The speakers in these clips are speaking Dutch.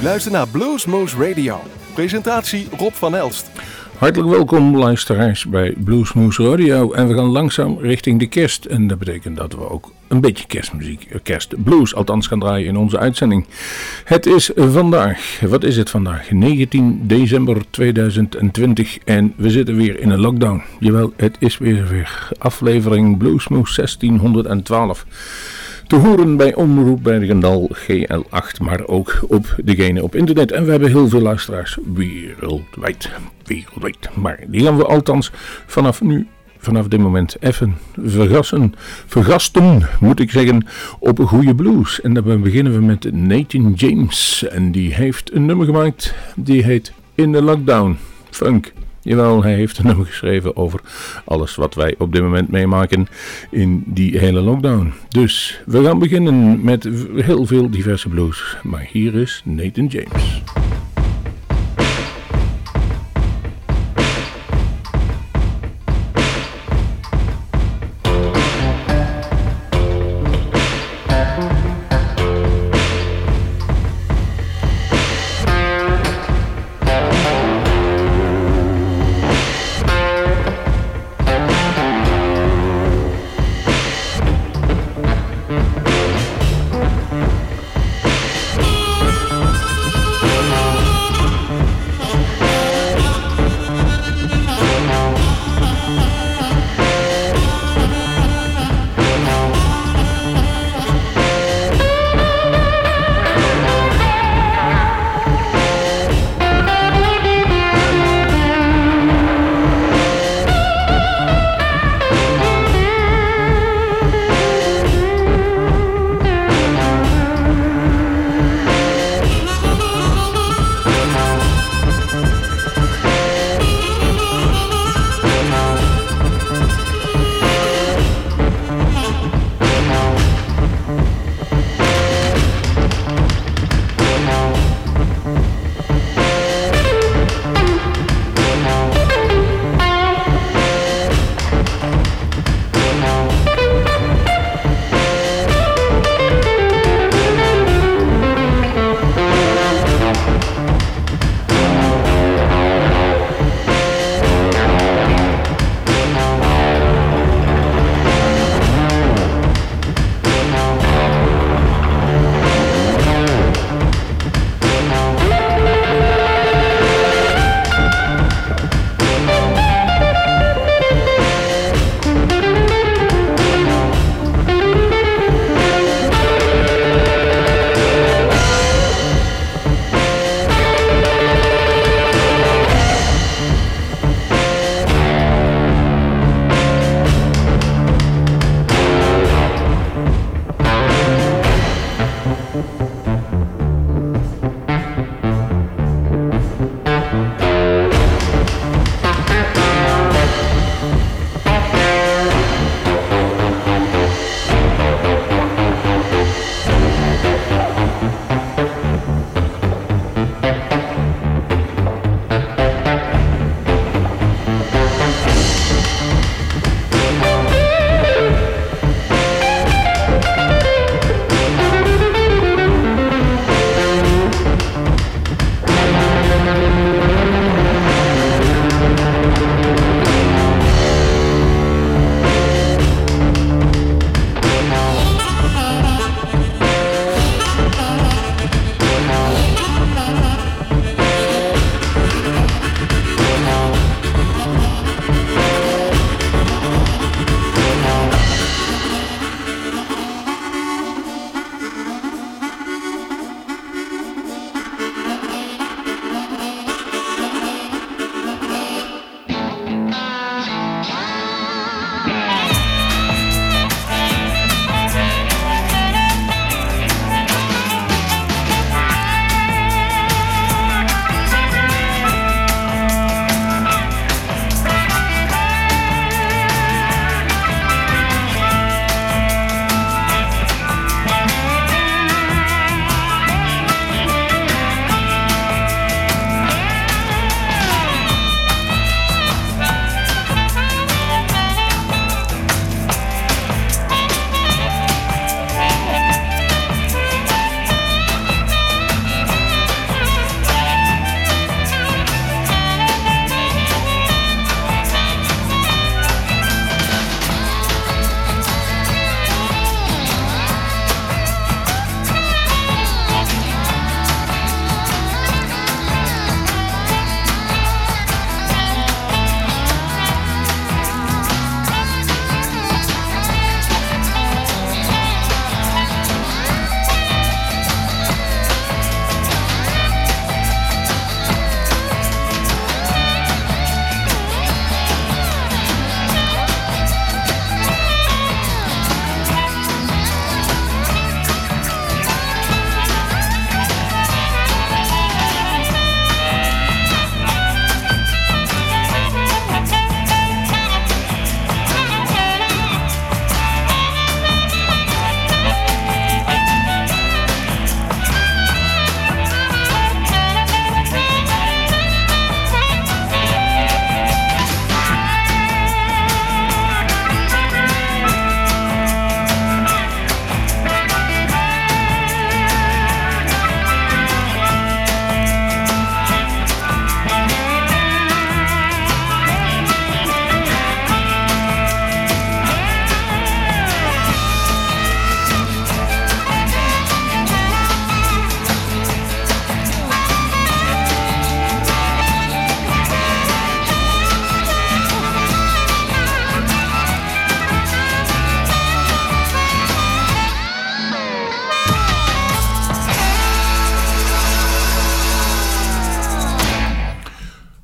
luistert naar Bluesmoose Radio. Presentatie Rob van Elst. Hartelijk welkom luisteraars bij Bluesmoose Radio. En we gaan langzaam richting de kerst. En dat betekent dat we ook een beetje kerstmuziek, kerstblues althans gaan draaien in onze uitzending. Het is vandaag, wat is het vandaag? 19 december 2020 en we zitten weer in een lockdown. Jawel, het is weer aflevering Bluesmoose 1612. Te horen bij Omroep Bergendal GL8, maar ook op degene op internet. En we hebben heel veel luisteraars wereldwijd. Maar die gaan we althans vanaf dit moment even vergasten, moet ik zeggen, op een goede blues. En dan beginnen we met Nathan James. En die heeft een nummer gemaakt, die heet In the Lockdown Funk. Jawel, hij heeft een nummer geschreven over alles wat wij op dit moment meemaken in die hele lockdown. Dus we gaan beginnen met heel veel diverse blues. Maar hier is Nathan James.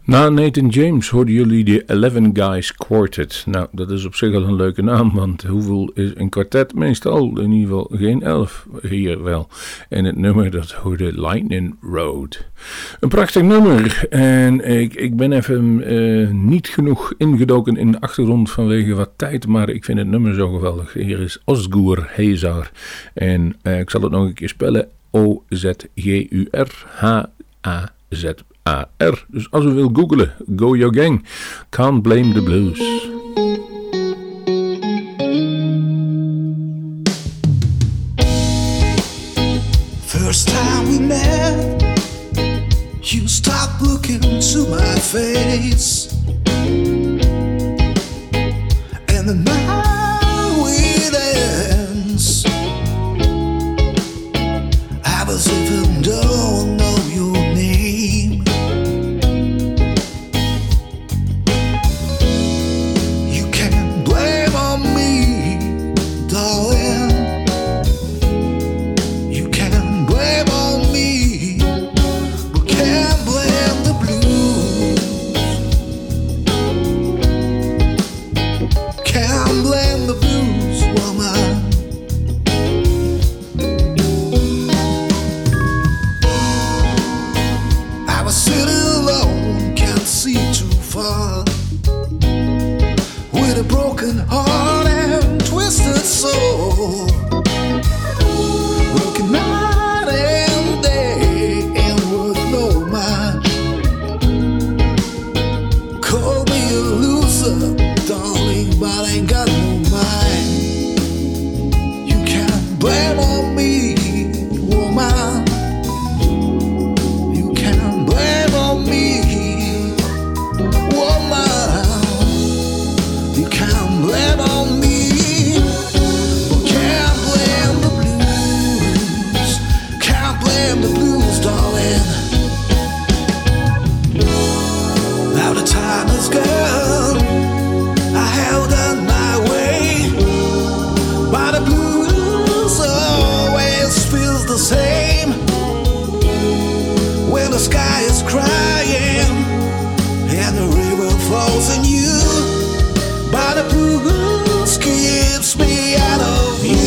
Na Nathan James hoorden jullie de 11 Guys Quartet. Nou, dat is op zich al een leuke naam, want hoeveel is een kwartet? Meestal in ieder geval geen 11, hier wel. En het nummer, dat hoorde Lightning Road. Een prachtig nummer. En ik ben even niet genoeg ingedoken in de achtergrond vanwege wat tijd, maar ik vind het nummer zo geweldig. Hier is Ozgur Hazar. En ik zal het nog een keer spellen. O-Z-G-U-R-H-A-Z-A-R. Dus als u wil googlen, go your gang. Can't blame the blues. First time we met, you stopped looking into my face, and the night we dance, I was even don't know your name. You can't blame on me, darling. You can't blame on me, but can't blame the blues. Can't blame the blues, woman. I was sitting alone, can't see too far, with a broken heart and twisted soul. Working night and day ain't worth no much. Call me a loser, darling, but I ain't got no mind. You can't blame on me, woman. You can't blame on me, woman. You can't blame on me, but can't blame the blues. Can't blame the blues, darling. Now the time is gone, I held on my way, but the blues always feels the same. When the sky is crying and the river falls in you, but the blues keeps me out of you.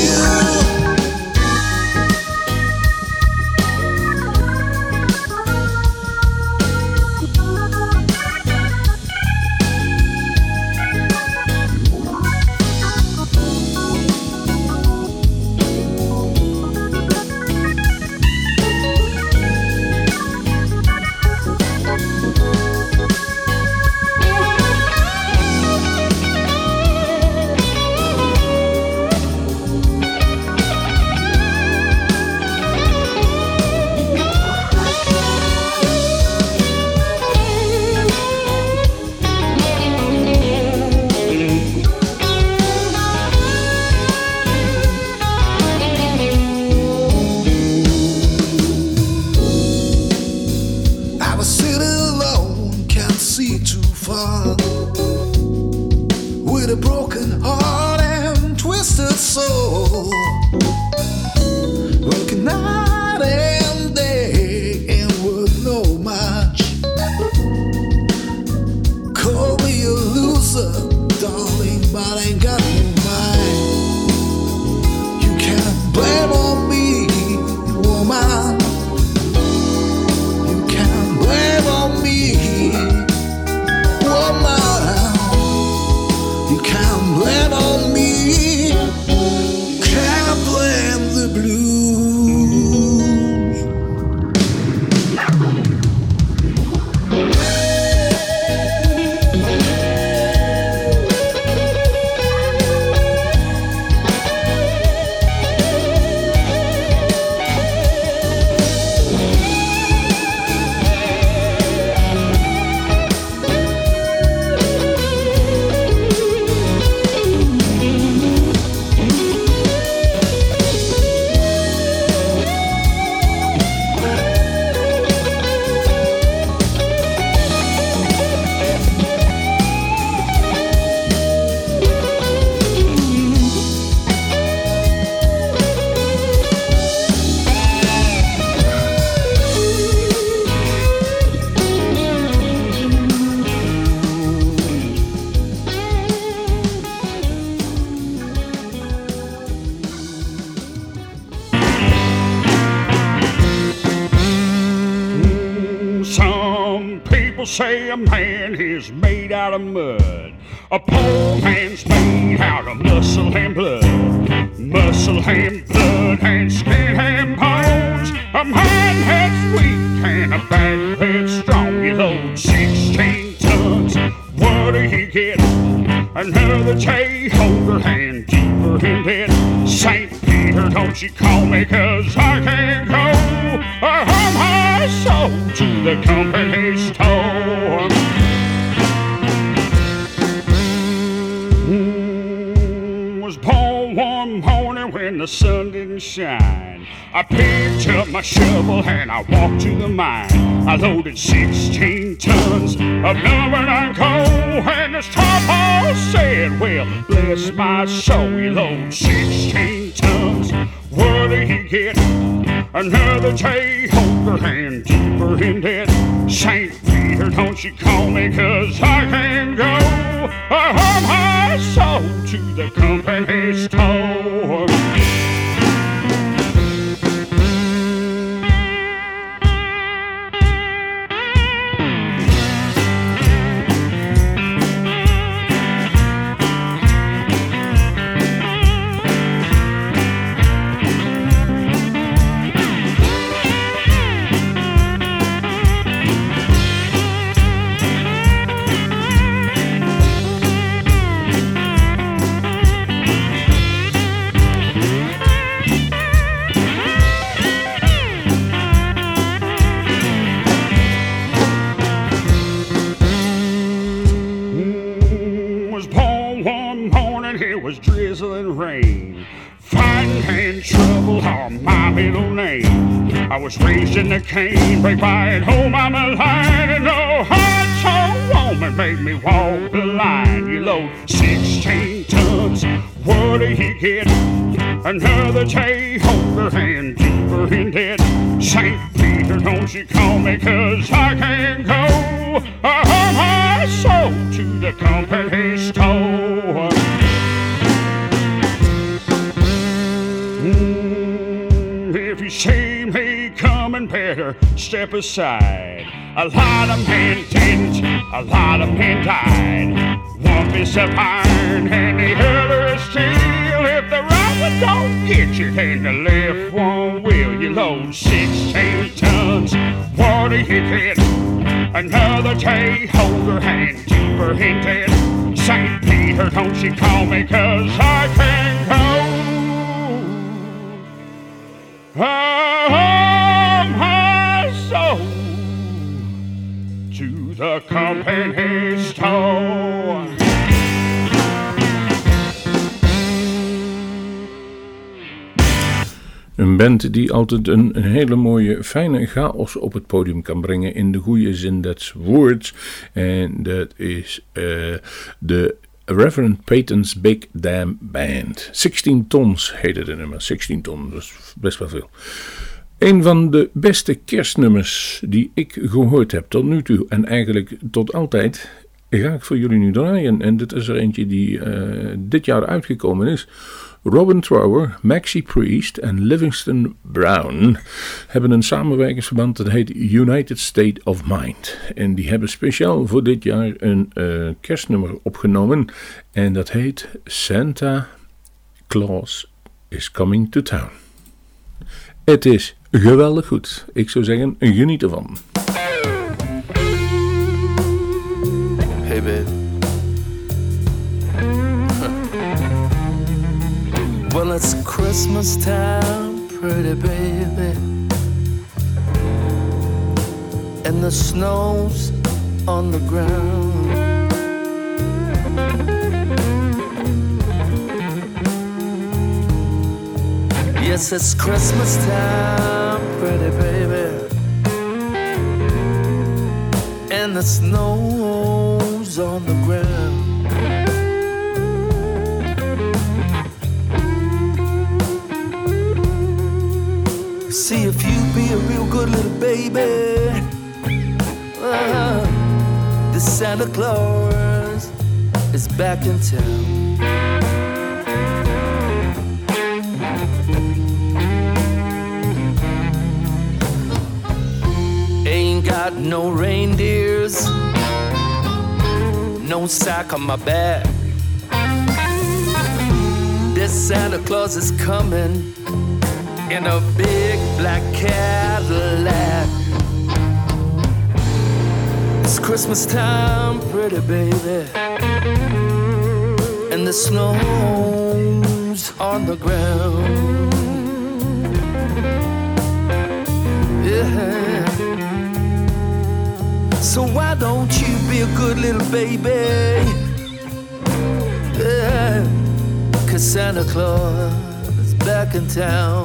I was sitting alone, can't see too far, with a broken heart and twisted soul. Working night and day ain't worth no much. Call me a loser, darling, but I ain't got no mind. You can't blame on me, woman. You can't blame on me, woman. You can't blame on me. Can't blame the blues. people say a man is made out of mud. A poor man's made out of muscle and blood. Muscle and blood and skin and bones. A man that's weak and a back that's strong. You load 16 tons. What do you get? Another J-holder and deeper in debt. St. Peter, don't you call me, 'cause I can't go. I hung my soul to the company store. Was born one morning when the sun didn't shine. I picked up my shovel and I walked to the mine. I loaded 16 tons of number 9 coal, and the top all said, well, bless my soul, you load 16 tons. What do you get? Another J-holder and deeper in debt. St. Peter, don't you call me, 'cause I can't go. I hung my soul to the company store. Drizzling rain, fighting and trouble are my middle name. I was raised in the cane, by and home I'm a line, and no hard-soul woman made me walk the line. You load 16 tons, what do you get? Another J-holder and deeper in debt. St. Peter, don't you call me, 'cause I can't go. I hung my soul to the company store. If you see me coming, better step aside. A lot of men didn't, a lot of men died. One piece of iron and the other is steel. If the right one don't get you, then the left one will. You load 16 tons, what do you get? Another J-holder and deeper in debt. St. Peter, don't you call me, 'cause I can't go. My soul to the company store. Een band die altijd een hele mooie, fijne chaos op het podium kan brengen in de goede zin des woords. En dat is de Reverend Peyton's Big Damn Band. 16 tons heette de nummer. 16 ton, dat is best wel veel. Een van de beste kerstnummers die ik gehoord heb tot nu toe en eigenlijk tot altijd, ga ik voor jullie nu draaien. En dit is er eentje die dit jaar uitgekomen is. Robin Trower, Maxi Priest en Livingston Brown hebben een samenwerkingsverband dat heet United State of Mind. En die hebben speciaal voor dit jaar een kerstnummer opgenomen. En dat heet Santa Claus is Coming to Town. Het is geweldig goed. Ik zou zeggen, geniet ervan. Hey babe. Well, it's Christmas time, pretty baby, and the snow's on the ground. Yes, it's Christmas time, pretty baby, and the snow's on the ground. See, if you be a real good little baby, the Santa Claus is back in town. Ain't got no reindeer slippers, no sack on my back. This Santa Claus is coming in a big black Cadillac. It's Christmas time, pretty baby, and the snow's on the ground. Yeah. So why don't you be a good little baby? Yeah. 'Cause Santa Claus is back in town.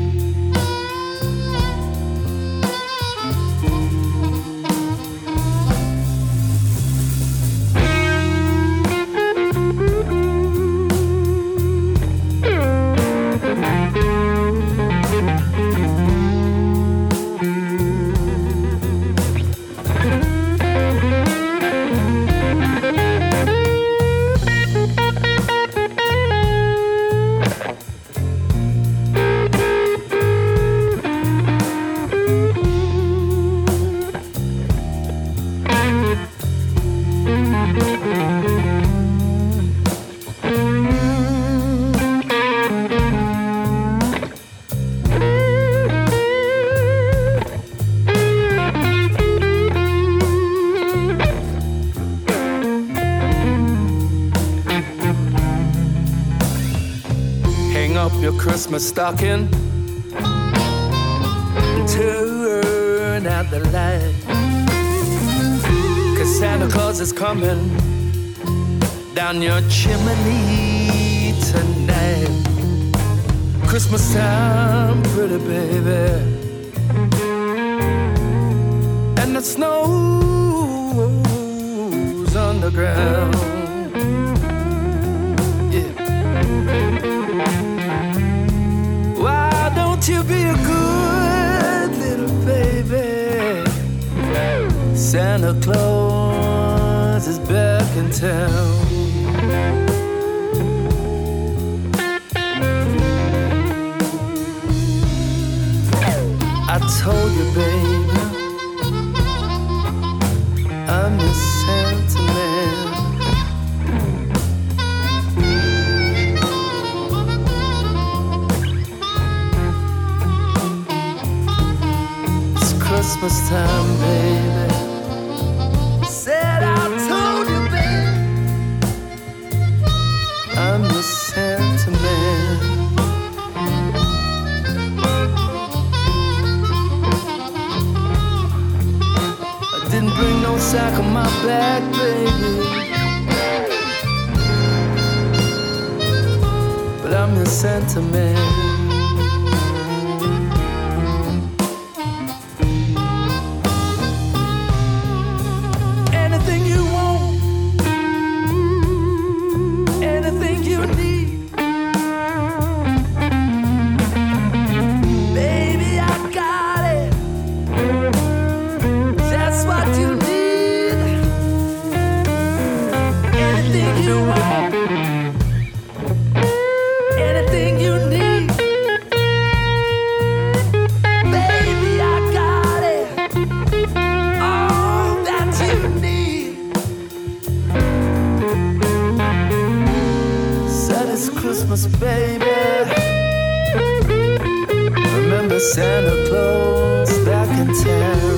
Christmas stocking, turn out the light, 'cause Santa Claus is coming down your chimney tonight. Christmas time, pretty baby, and the snow's on the ground. You be a good little baby. Santa Claus is back in town. I told you, baby, I'm the Santa man. Christmas time, baby. Said I told you, baby, I'm the Santa man. I didn't bring no sack on my back, baby, but I'm the Santa man. Christmas, baby. Remember Santa Claus back in town.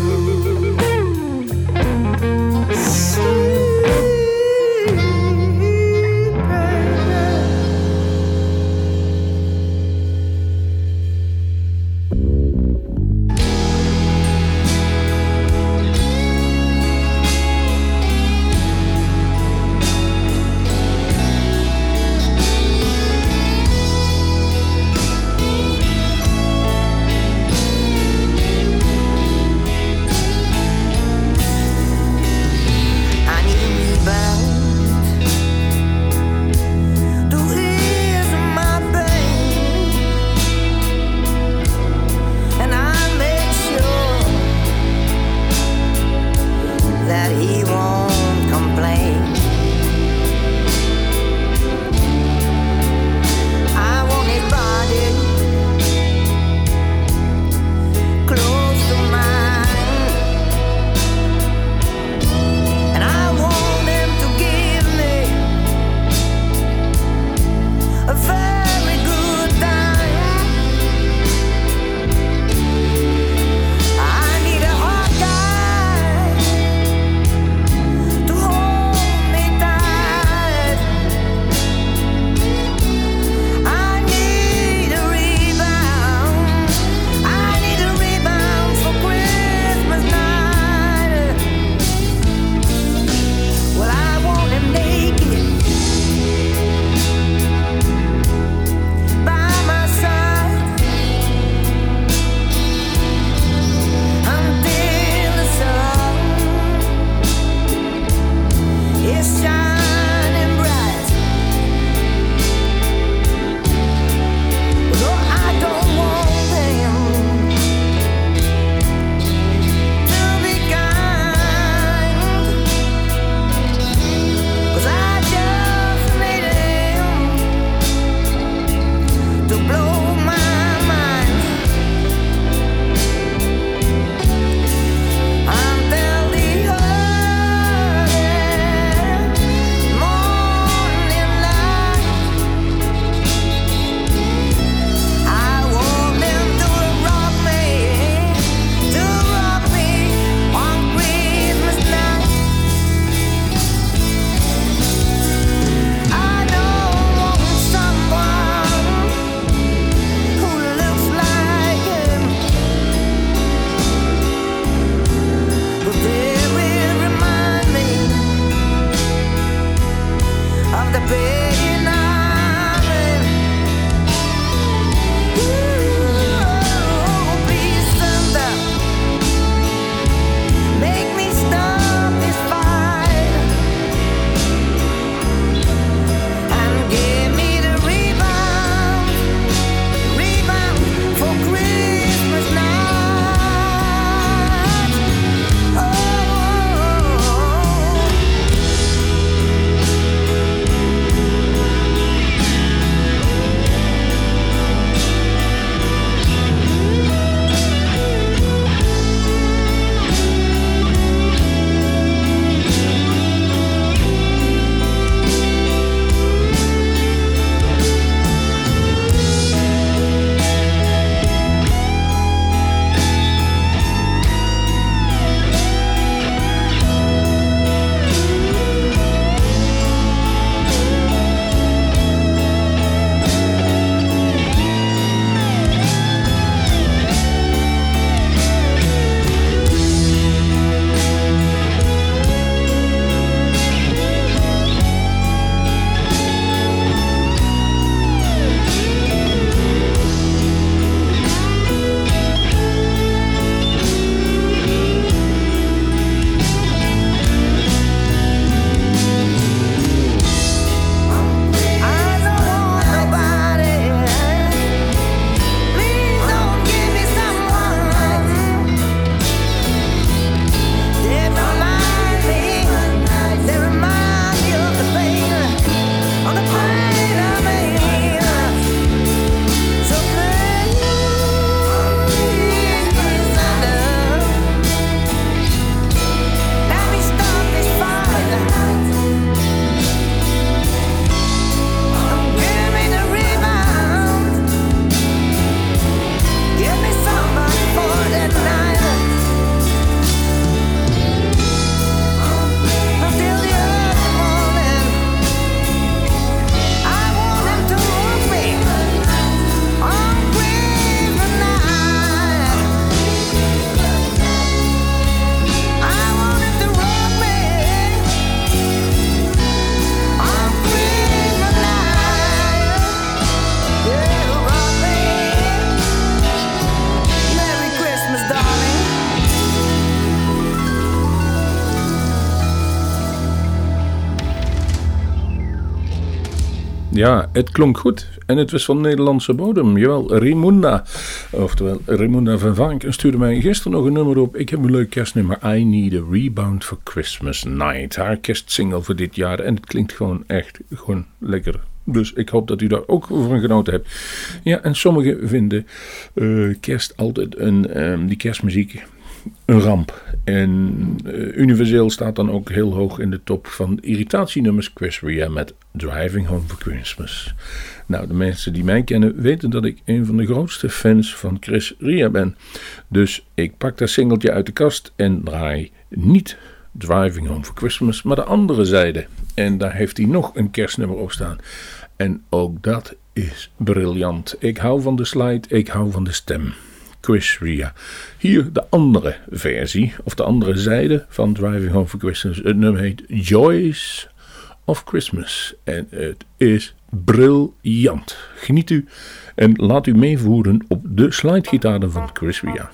Ja, het klonk goed en het was van Nederlandse bodem. Jawel, Raimunda, oftewel Raimunda van Vank, stuurde mij gisteren nog een nummer op. Ik heb een leuk kerstnummer, I Need a Rebound for Christmas Night. Haar kerstsingle voor dit jaar en het klinkt gewoon echt gewoon lekker. Dus ik hoop dat u daar ook van genoten hebt. Ja, en sommigen vinden kerst altijd die kerstmuziek een ramp. En universeel staat dan ook heel hoog in de top van irritatienummers Chris Rea met Driving Home for Christmas. Nou, de mensen die mij kennen weten dat ik een van de grootste fans van Chris Rea ben. Dus ik pak dat singeltje uit de kast en draai niet Driving Home for Christmas, maar de andere zijde. En daar heeft hij nog een kerstnummer op staan. En ook dat is briljant. Ik hou van de slide, ik hou van de stem. Chris Rea. Hier de andere versie, of de andere zijde van Driving Home for Christmas. Het nummer heet Joys of Christmas. En het is briljant. Geniet u en laat u meevoeren op de slidegitaren van Chris Rea.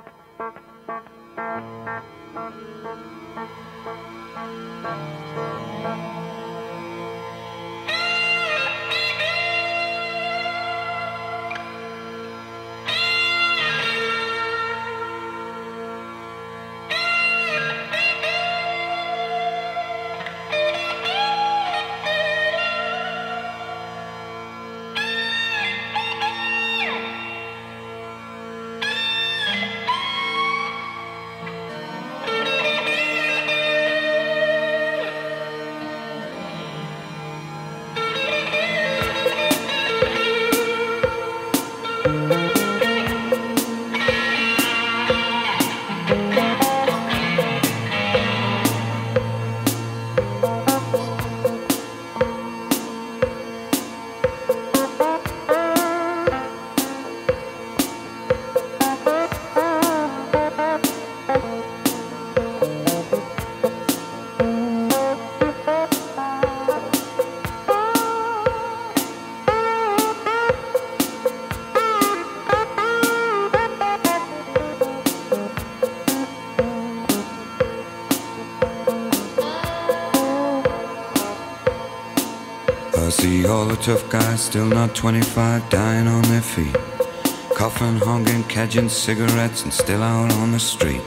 See all the tough guys, still not 25, dying on their feet, coughing, hungering, catching cigarettes, and still out on the street.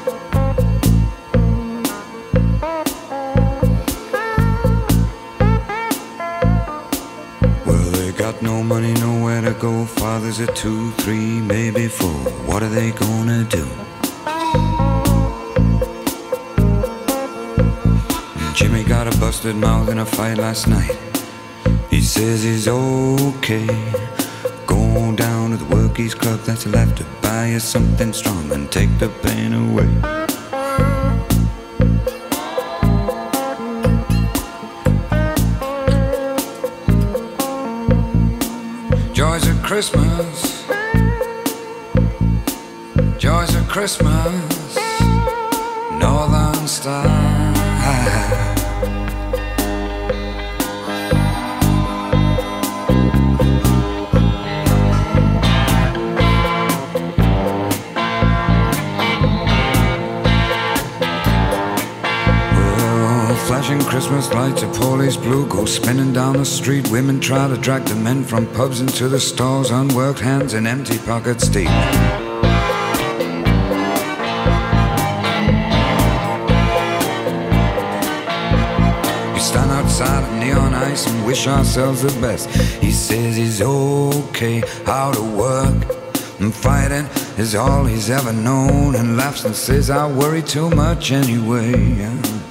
Well, they got no money, nowhere to go. Fathers at 2, 3, maybe 4. What are they gonna do? Jimmy got a busted mouth in a fight last night. He says he's okay, go down to the workies club that's left to buy you something strong and take the pain away. Joys of Christmas, joys of Christmas, Northern Star. Flashing Christmas lights, a police blue go spinning down the street. Women try to drag the men from pubs into the stores, unworked hands and empty pockets deep. We stand outside of neon ice and wish ourselves the best. He says he's okay, how to work, and fighting is all he's ever known, and laughs and says I worry too much anyway.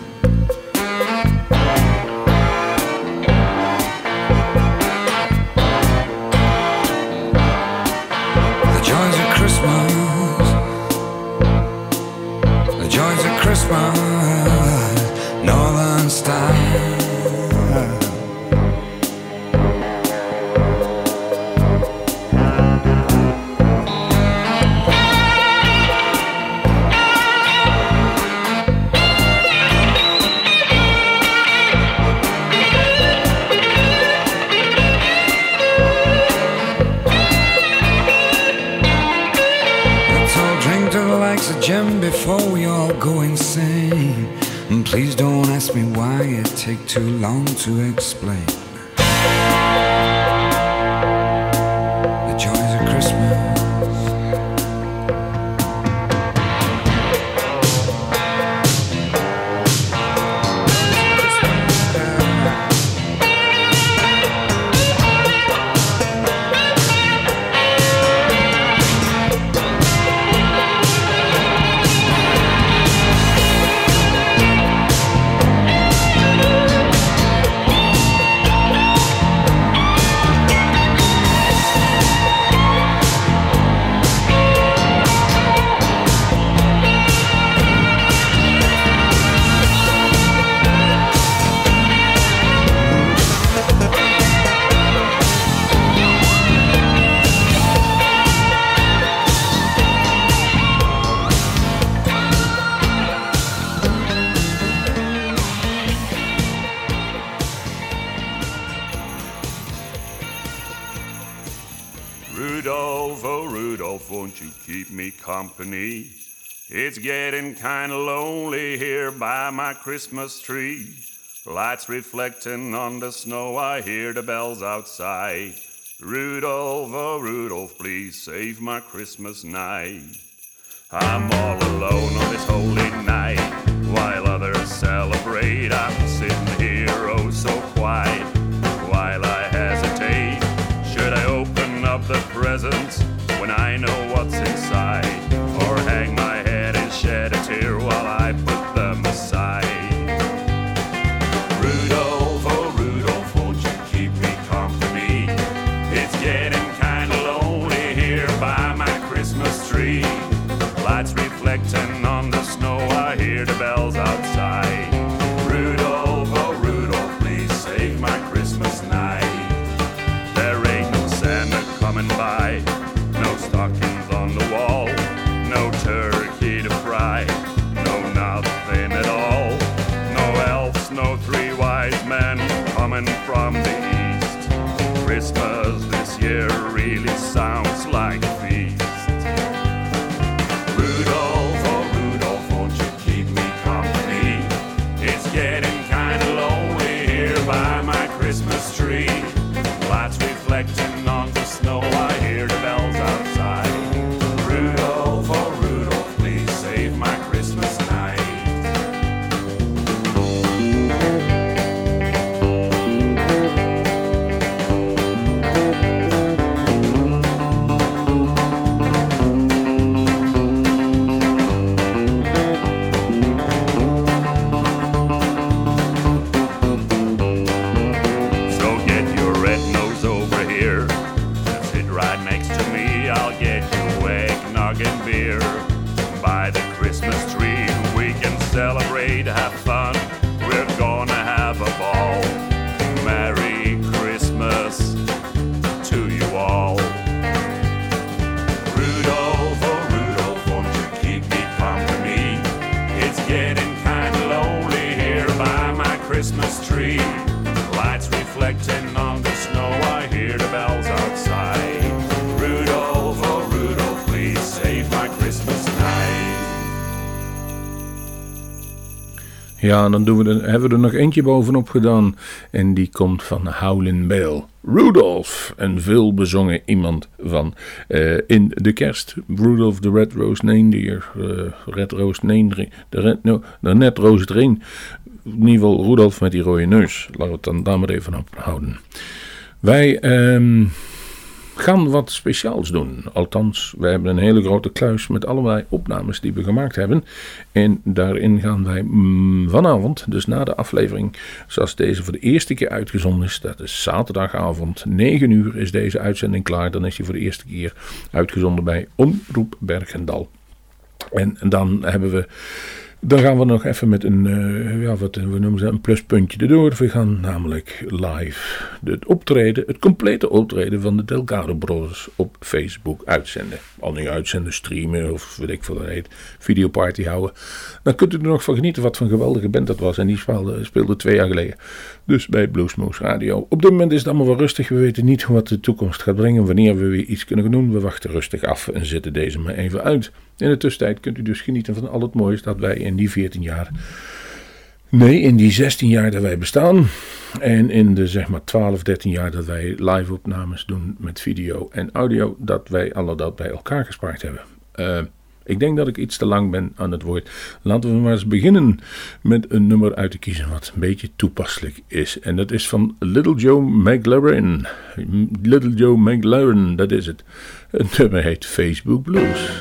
Northern style. Jim, before we all go insane, and please don't ask me why it take too long to explain. won't you keep me company? It's getting kinda lonely here by my Christmas tree. Lights reflecting on the snow, I hear the bells outside. Rudolph, oh Rudolph, please save my Christmas night. I'm all alone on this holy night, while others celebrate. I'm sitting here oh so quiet, while I hesitate. Should I open up the presents when I know what's inside, or hang my head and shed a tear while I put them aside? Rudolph, oh Rudolph, won't you keep me company? It's getting kinda lonely here by my Christmas tree. Lights reflecting on the snow, I hear the bells outside. Rudolph, oh Rudolph, please save my Christmas night. There ain't no Santa coming by, no stockings on the wall, no turkey to fry, no nothing at all. No elves, no three wise men coming from the east. Christmas this year really sounds like a feast. Rudolph, oh Rudolph, won't you keep me company? It's getting kinda lonely here by my Christmas tree. Lights reflecting on the snow, I hear the bells outside. Rudolph, oh Rudolph, please save my Christmas night. So get your red nose over here, sit right next to me. I'll get you eggnog and beer. By the Christmas tree we can celebrate, have fun. We're gonna have a ball. Merry Christmas to you all. Rudolph, oh Rudolph, won't you keep me company? It's getting kinda lonely here by my Christmas tree. Lights reflecting on the snow, I hear the bells outside. Rudolph, oh Rudolph, please save my Christmas night. Ja, en dan hebben we er nog eentje bovenop gedaan. En die komt van Howlin' Bell. Rudolph, een veel bezongen iemand van in de kerst. Rudolph the Red-Nosed Reindeer. De Net-Nosed Reindeer. In ieder geval Rudolph met die rode neus. Laten we het dan daar maar even op houden. Wij gaan wat speciaals doen. Althans, wij hebben een hele grote kluis met allerlei opnames die we gemaakt hebben. En daarin gaan wij vanavond, dus na de aflevering, zoals deze voor de eerste keer uitgezonden is, dat is zaterdagavond, 9 uur is deze uitzending klaar. Dan is hij voor de eerste keer uitgezonden bij Omroep Bergendal. En dan gaan we nog even met een pluspuntje erdoor. We gaan namelijk live het complete optreden van de Delgado Brothers op Facebook uitzenden. Al niet uitzenden, streamen of weet ik veel wat heet, videoparty houden. Dan kunt u er nog van genieten wat voor een geweldige band dat was. En die speelde 2 jaar geleden. Dus bij Bluesmoose Radio. Op dit moment is het allemaal wel rustig. We weten niet wat de toekomst gaat brengen. Wanneer we weer iets kunnen doen. We wachten rustig af en zetten deze maar even uit. In de tussentijd kunt u dus genieten van al het moois dat wij in die 14 jaar... Nee, in die 16 jaar dat wij bestaan. En in de zeg maar 12, 13 jaar dat wij live opnames doen met video en audio. Dat wij alle dat bij elkaar gespaard hebben. Ik denk dat ik iets te lang ben aan het woord. Laten we maar eens beginnen met een nummer uit te kiezen wat een beetje toepasselijk is. En dat is van Little Joe McLaren. Little Joe McLaren, dat is het. Het nummer heet Facebook Blues.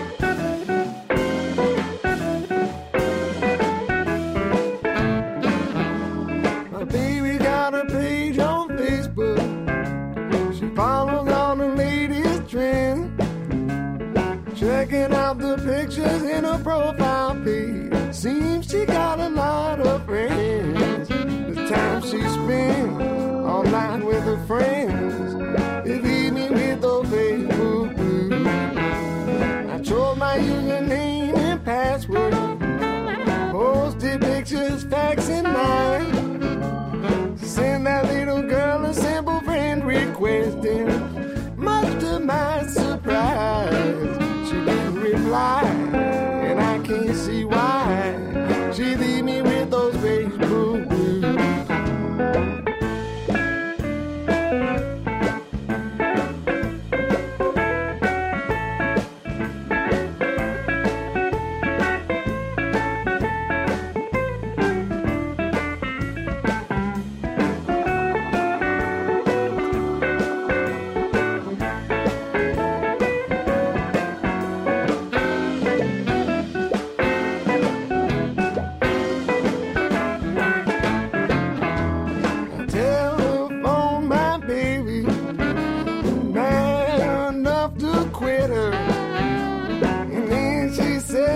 My baby got a page on Facebook. She follows all the latest trends. Checking out the pictures in her profile page. Seems she got a lot of friends. The time she spends online with her friends is evening with the Facebook Blues. I chose my username and password. Posted pictures, facts, and mine. Send that little girl a simple friend request, and much to my surprise,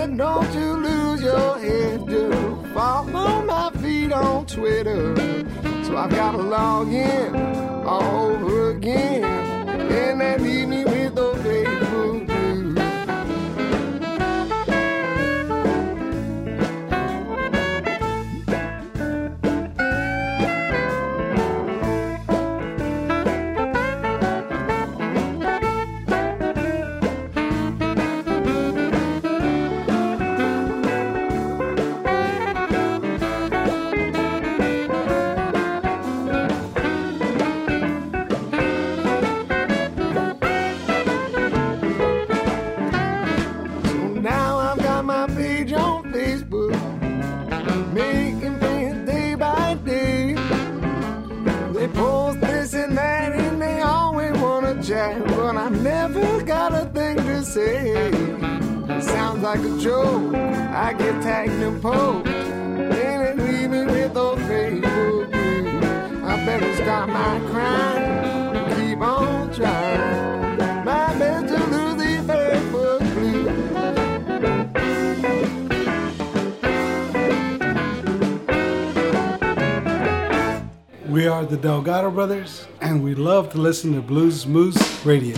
and don't you lose your head. Just follow my feed on Twitter. So I've got to log in all over again. And then leave me with those Facebook blues. But I never got a thing to say. It sounds like a joke. I get tagged and poked. Then it leave me with those Facebook blues. I better stop my crying. Keep on trying. My best to lose these Facebook blues. We are the Delgado Brothers, and we love to listen to Blues Moose Radio.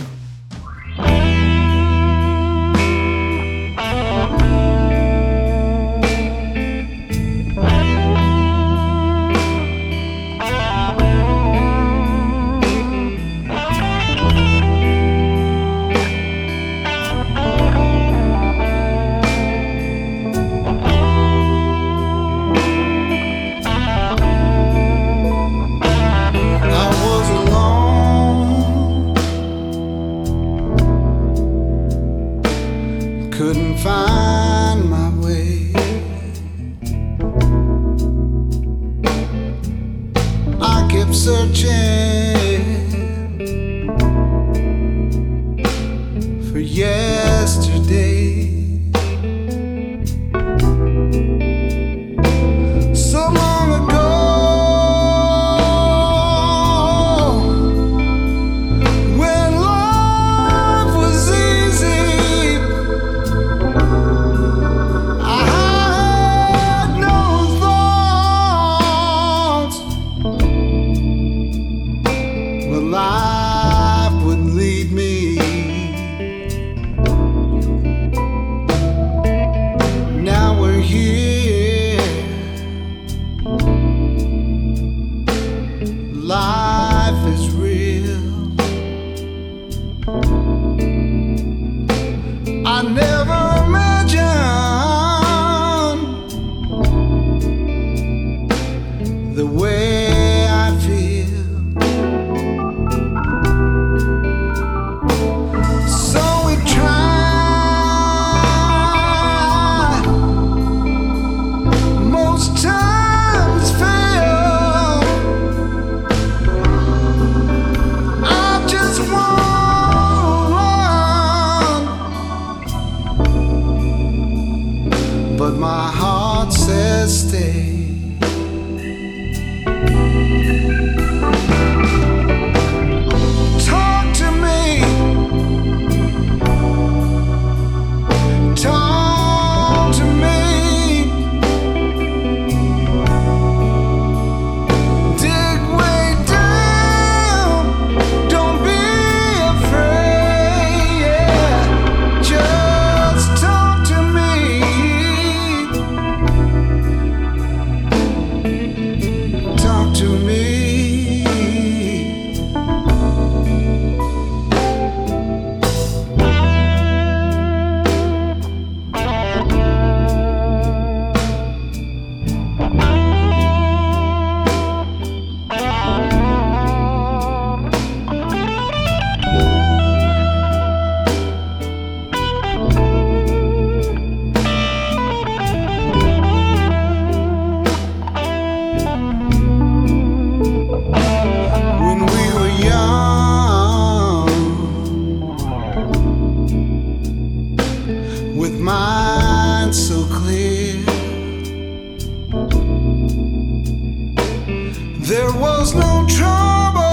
There was no trouble,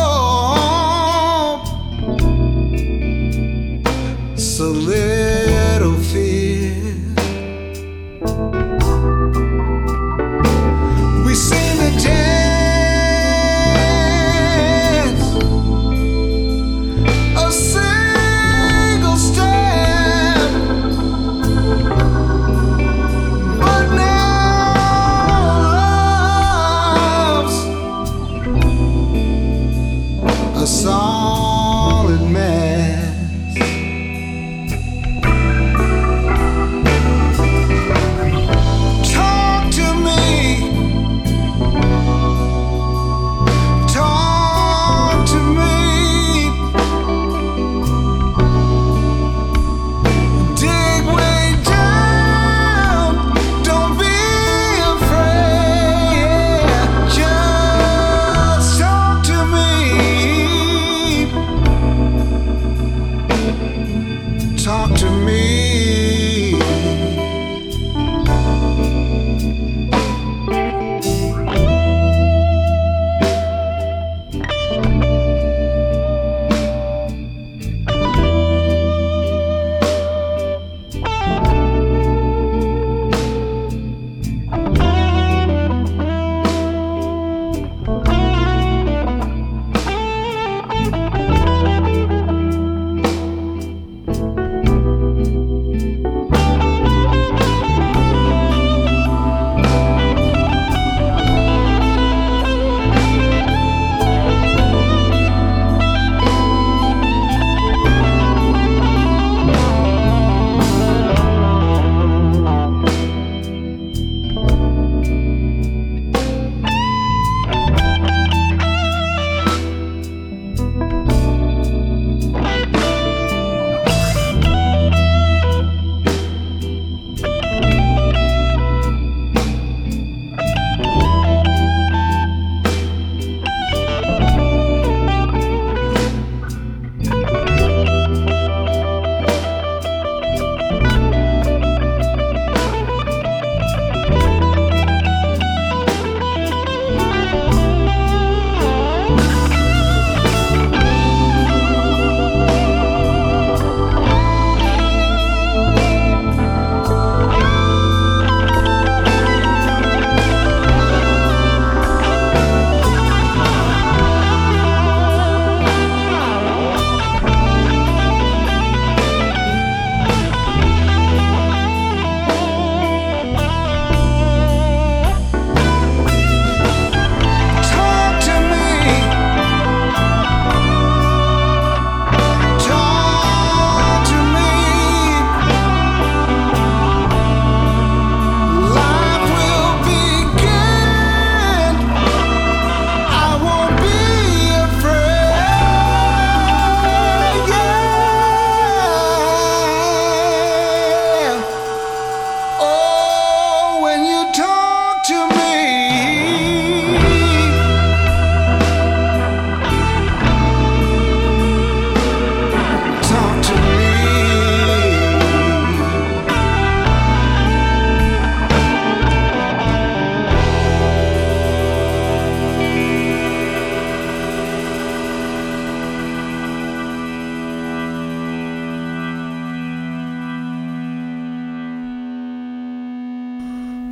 so little fear.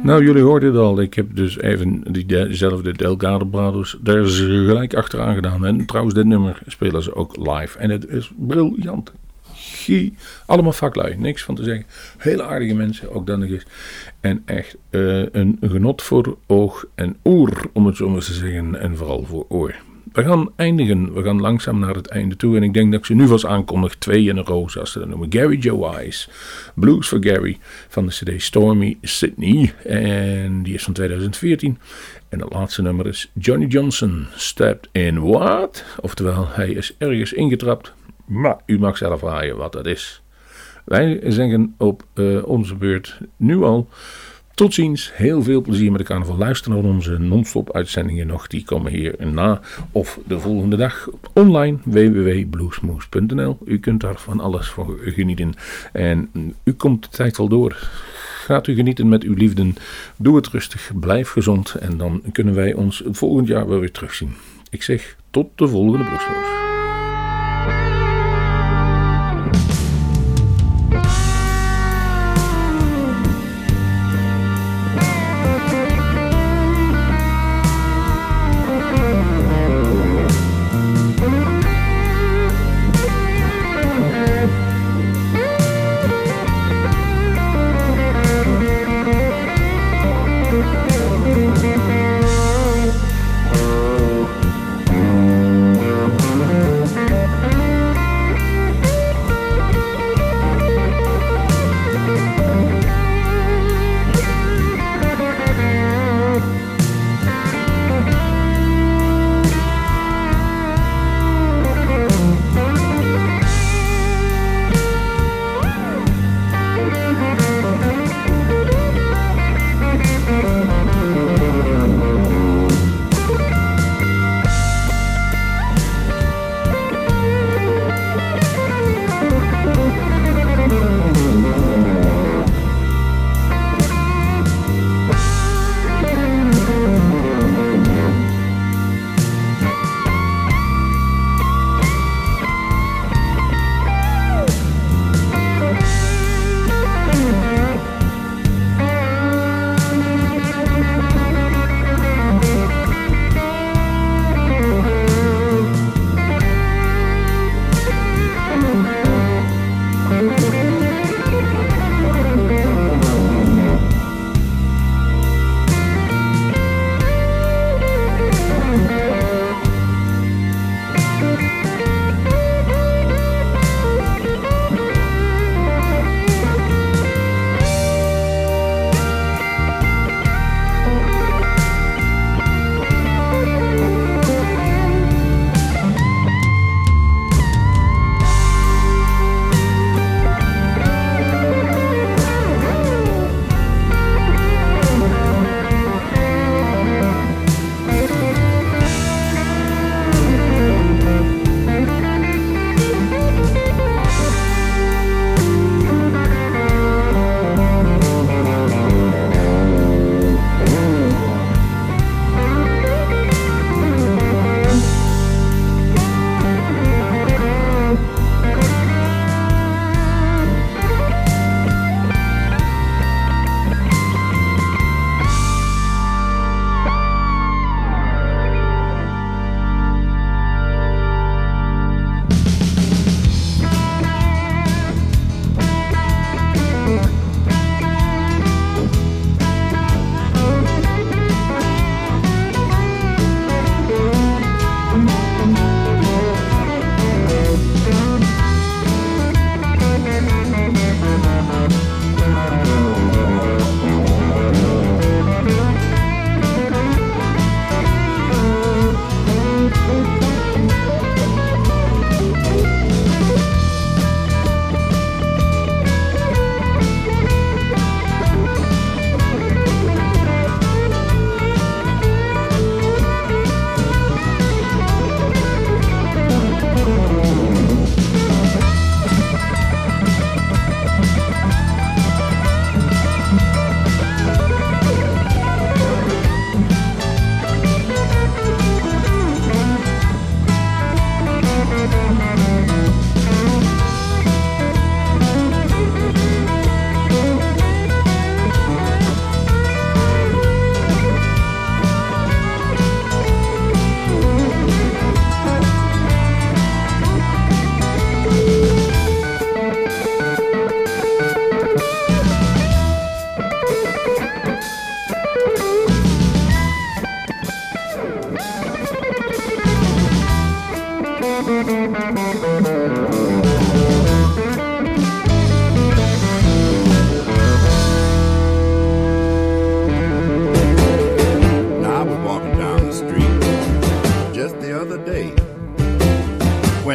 Nou, jullie hoorden het al. Ik heb dus even diezelfde Delgado Brothers daar is gelijk achteraan gedaan. En trouwens, dit nummer spelen ze ook live. En het is briljant. Allemaal vaklui, niks van te zeggen. Hele aardige mensen, ook dan nog eens. En echt een genot voor oog en oor, om het zo maar te zeggen. En vooral voor oor. We gaan eindigen. We gaan langzaam naar het einde toe. En ik denk dat ik ze nu vast aankondig. 2 in een row, zoals ze dat noemen. Gary Joe Wise. Blues for Gary. Van de CD Stormy Sydney. En die is van 2014. En het laatste nummer is Johnny Johnson. Stepped in what? Oftewel, hij is ergens ingetrapt. Maar u mag zelf raaien wat dat is. Wij zeggen op onze beurt nu al. Tot ziens, heel veel plezier met de carnaval. Luister naar onze non-stop uitzendingen nog. Die komen hier na of de volgende dag online. www.bluesmoose.nl. U kunt daar van alles voor genieten. En u komt de tijd wel door. Gaat u genieten met uw liefden. Doe het rustig, blijf gezond. En dan kunnen wij ons volgend jaar wel weer terugzien. Ik zeg tot de volgende Bluesmoose.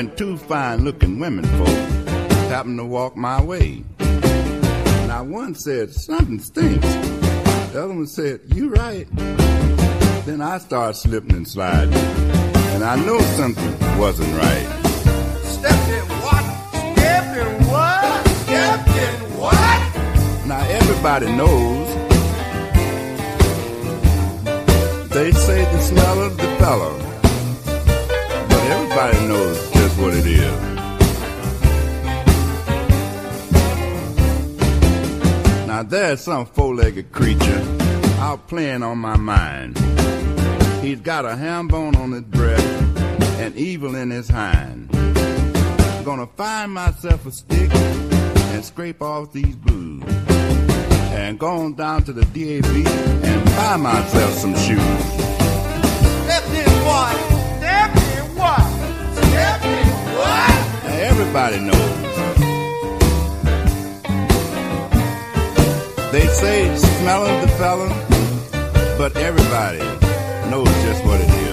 when two fine-looking women folk happened to walk my way. Now one said, something stinks. The other one said, you right. Then I started slipping and sliding, and I knew something wasn't right. Stepped in what? Stepped in what? Stepped in what? Now everybody knows. They say the smell of the fellow, but everybody knows just what it is. Now there's some four-legged creature out playing on my mind. He's got a ham bone on his breast and evil in his hind. I'm gonna find myself a stick and scrape off these blues, and go on down to the DAV and buy myself some shoes. Step in what? Step in what? Step in what? Now everybody knows. They say smell of the fella, but everybody knows just what it is.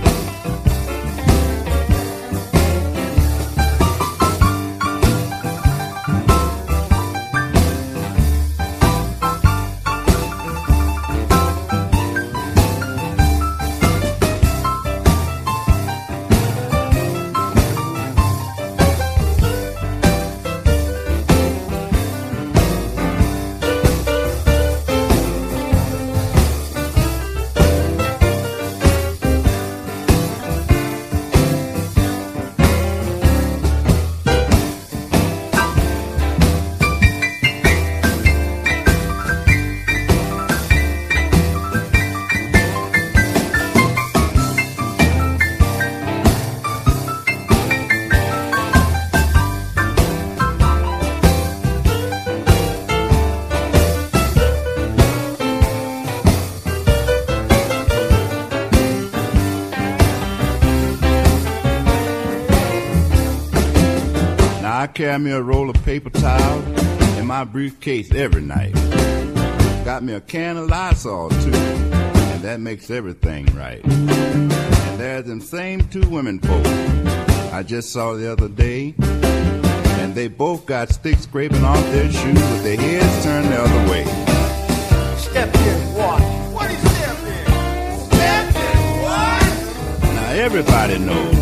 I carry me a roll of paper towels in my briefcase every night. Got me a can of Lysol too, and that makes everything right. And there's them same two women folk I just saw the other day, and they both got sticks scraping off their shoes with their heads turned the other way. Step in what? What is step in? Step in what? Now everybody knows.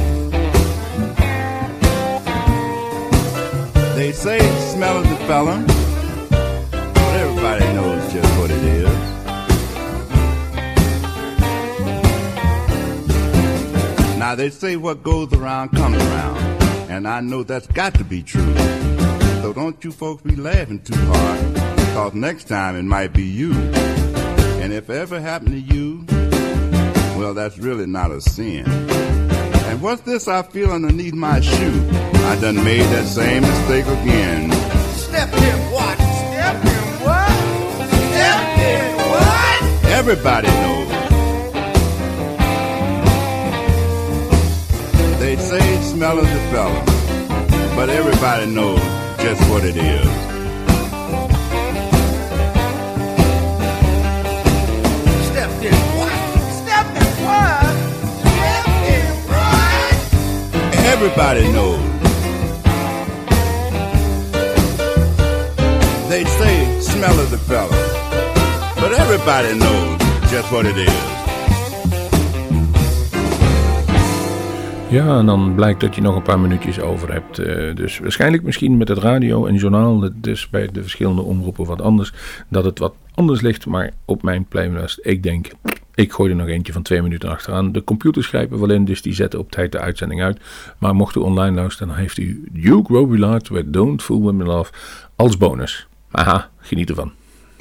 They say smell of the fella, but everybody knows just what it is. Now they say what goes around comes around, and I know that's got to be true. So don't you folks be laughing too hard, cause next time it might be you. And if it ever happened to you, well, that's really not a sin. And what's this I feel underneath my shoe? I done made that same mistake again. Step in what? Step in what? Step in what? Everybody knows. They say smell of the fella, but everybody knows just what it is. Step in what? Step in what? Step in what? Everybody knows. They say smell of the fella, but everybody knows just what it is. Ja, en dan blijkt dat je nog een paar minuutjes over hebt. Dus waarschijnlijk misschien met het radio en journaal, dus bij de verschillende omroepen wat anders, dat het wat anders ligt. Maar op mijn playlist, ik denk, ik gooi er nog eentje van 2 minuten achteraan. De computers grijpen wel in, dus die zetten op tijd de uitzending uit. Maar mocht u online luisteren, dan heeft u Duke Robillard met Don't Fool With Me Love als bonus. Aha, geniet ervan.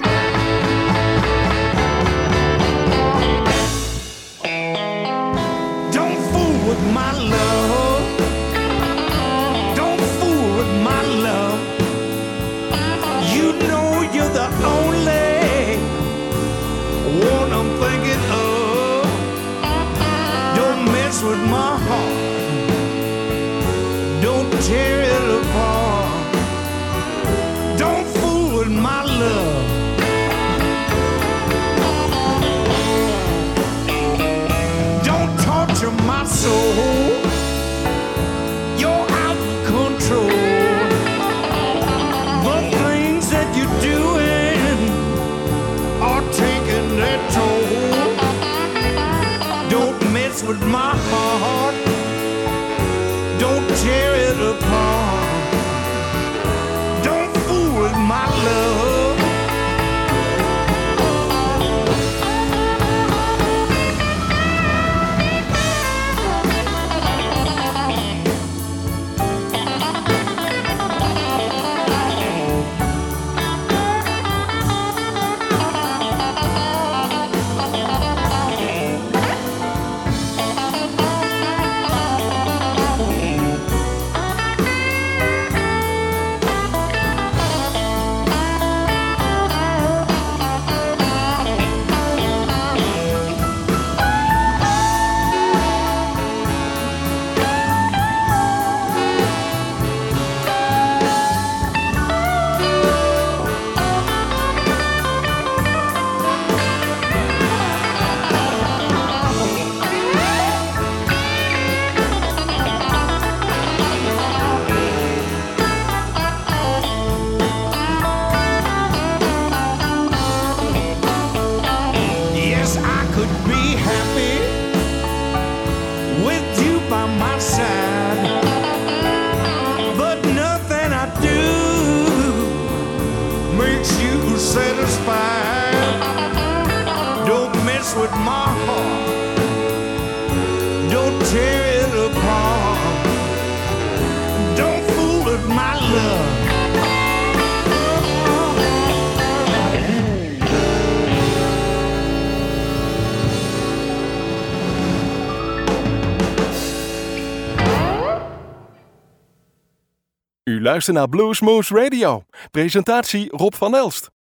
With my heart, don't tear it apart. Don't fool with my love. Don't torture my soul. Your mess with my heart. Don't tear it apart. Don't fool with my love. Satisfied. Don't mess with my heart. Don't tear it apart. Don't fool with my love. U luistert naar Bluesmoose Radio. Presentatie Rob van Elst.